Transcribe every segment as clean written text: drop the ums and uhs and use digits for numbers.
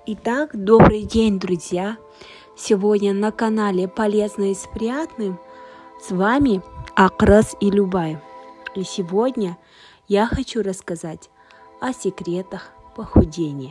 Итак, добрый день, друзья! Сегодня на канале «Полезно и с приятным» с вами Акрас и Любай. И сегодня я хочу рассказать о секретах похудения.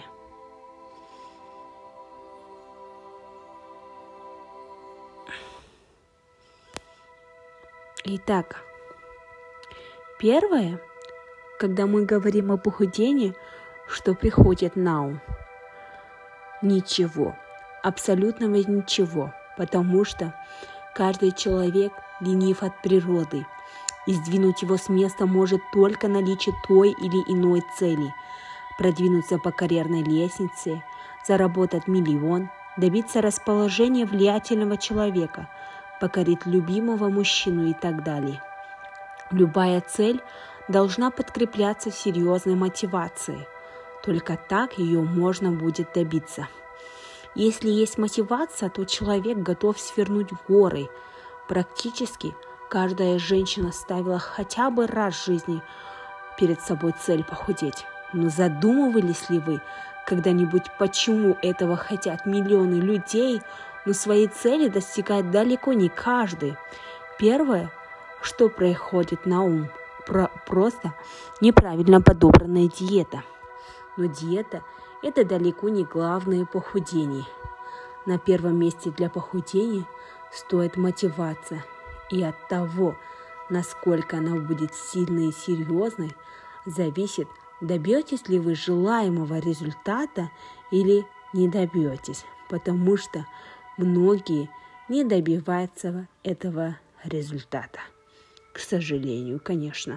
Итак, первое, когда мы говорим о похудении, что приходит на ум? Ничего, абсолютного ничего, потому что каждый человек ленив от природы, и сдвинуть его с места может только наличие той или иной цели, продвинуться по карьерной лестнице, заработать миллион, добиться расположения влиятельного человека, покорить любимого мужчину и так далее. Любая цель должна подкрепляться серьезной мотивацией. Только так ее можно будет добиться. Если есть мотивация, то человек готов свернуть горы. Практически каждая женщина ставила хотя бы раз в жизни перед собой цель похудеть. Но задумывались ли вы когда-нибудь, почему этого хотят миллионы людей, но своей цели достигает далеко не каждый? Первое, что приходит на ум, просто неправильно подобранная диета. Но диета – это далеко не главное похудение. На первом месте для похудения стоит мотивация. И от того, насколько она будет сильной и серьезной, зависит, добьетесь ли вы желаемого результата или не добьетесь. Потому что многие не добиваются этого результата. К сожалению, конечно.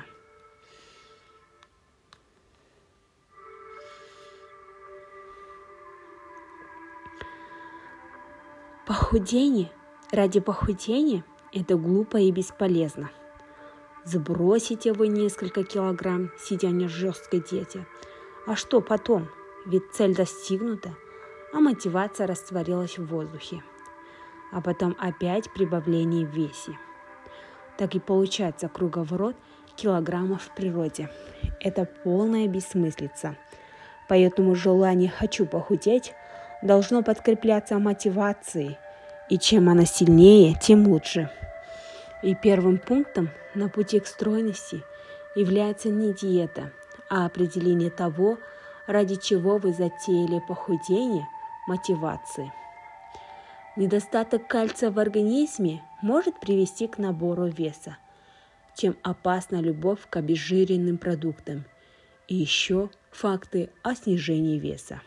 Похудение ради похудения – это глупо и бесполезно. Сбросите вы несколько килограмм, сидя на жесткой диете. А что потом? Ведь цель достигнута, а мотивация растворилась в воздухе. А потом опять прибавление в весе. Так и получается круговорот килограммов в природе. Это полная бессмыслица. Поэтому желание «хочу похудеть» должно подкрепляться мотивацией, и чем она сильнее, тем лучше. И первым пунктом на пути к стройности является не диета, а определение того, ради чего вы затеяли похудение, мотивации. Недостаток кальция в организме может привести к набору веса, чем опасна любовь к обезжиренным продуктам, и еще факты о снижении веса.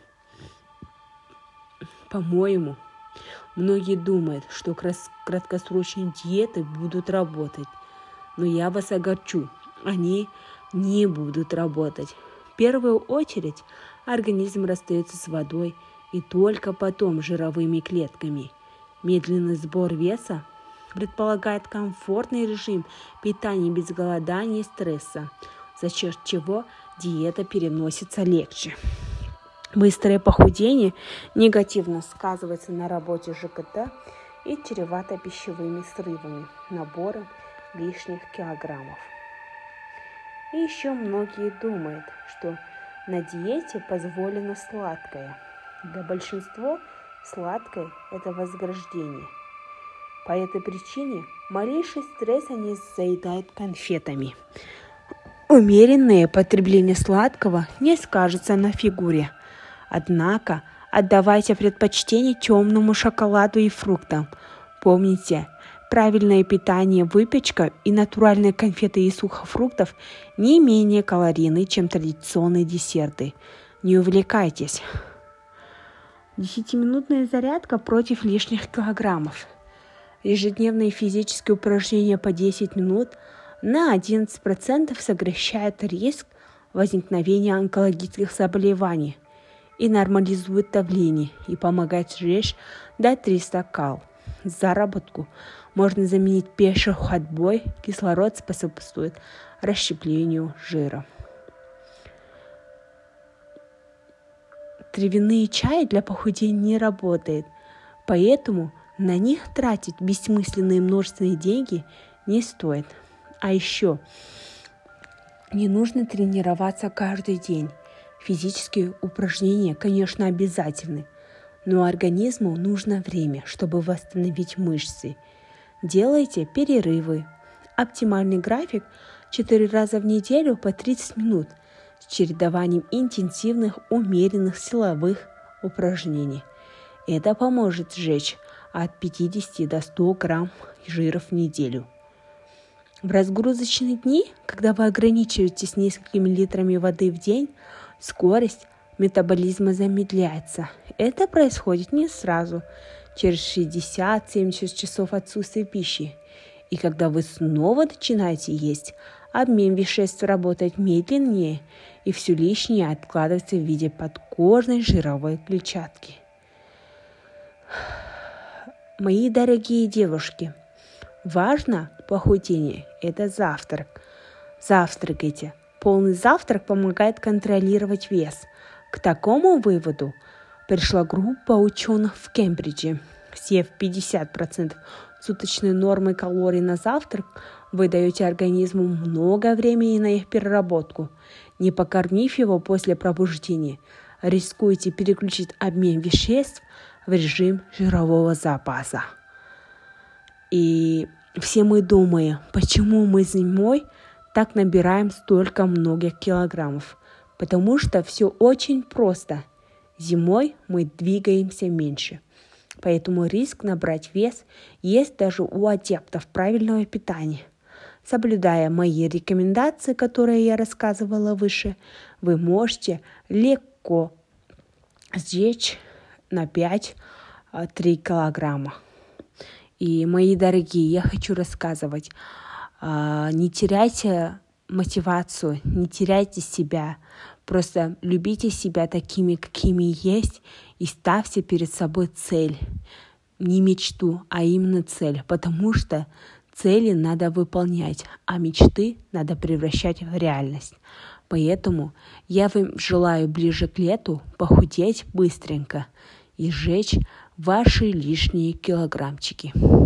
По-моему, многие думают, что краткосрочные диеты будут работать, но я вас огорчу, они не будут работать. В первую очередь организм расстается с водой и только потом жировыми клетками. Медленный сбор веса предполагает комфортный режим питания без голодания и стресса, за счет чего диета переносится легче. Быстрое похудение негативно сказывается на работе ЖКТ и чревато пищевыми срывами, набором лишних килограммов. И еще многие думают, что на диете позволено сладкое. Для большинства сладкое – это вознаграждение. По этой причине малейший стресс они заедают конфетами. Умеренное потребление сладкого не скажется на фигуре. Однако отдавайте предпочтение темному шоколаду и фруктам. Помните, правильное питание, выпечка и натуральные конфеты из сухофруктов не менее калорийны, чем традиционные десерты. Не увлекайтесь. 10-минутная зарядка против лишних килограммов. Ежедневные физические упражнения по 10 минут на 11% сокращают риск возникновения онкологических заболеваний и нормализует давление и помогает сжечь до 300 кал. Заработку можно заменить пешей ходьбой, кислород способствует расщеплению жира. Травяные чаи для похудения не работают, поэтому на них тратить бессмысленные множественные деньги не стоит. А еще не нужно тренироваться каждый день. Физические упражнения, конечно, обязательны, но организму нужно время, чтобы восстановить мышцы. Делайте перерывы. Оптимальный график 4 раза в неделю по 30 минут с чередованием интенсивных, умеренных силовых упражнений. Это поможет сжечь от 50 до 100 грамм жира в неделю. В разгрузочные дни, когда вы ограничиваетесь несколькими литрами воды в день, скорость метаболизма замедляется. Это происходит не сразу, через 60-70 часов отсутствия пищи. И когда вы снова начинаете есть, обмен веществ работает медленнее, и все лишнее откладывается в виде подкожной жировой клетчатки. Мои дорогие девушки, важно похудение – это завтрак. Завтракайте. Полный завтрак помогает контролировать вес. К такому выводу пришла группа ученых в Кембридже. Съев 50% суточной нормы калорий на завтрак, вы даете организму много времени на их переработку. Не покормив его после пробуждения, рискуете переключить обмен веществ в режим жирового запаса. И все мы думаем, почему мы зимой так набираем столько многих килограммов. Потому что все очень просто. Зимой мы двигаемся меньше. Поэтому риск набрать вес есть даже у адептов правильного питания. Соблюдая мои рекомендации, которые я рассказывала выше, вы можете легко сжечь на 5-3 килограмма. И, мои дорогие, я хочу рассказывать, не теряйте мотивацию, не теряйте себя. Просто любите себя такими, какими есть, и ставьте перед собой цель. Не мечту, а именно цель. Потому что цели надо выполнять, а мечты надо превращать в реальность. Поэтому я вам желаю ближе к лету похудеть быстренько и сжечь ваши лишние килограммчики.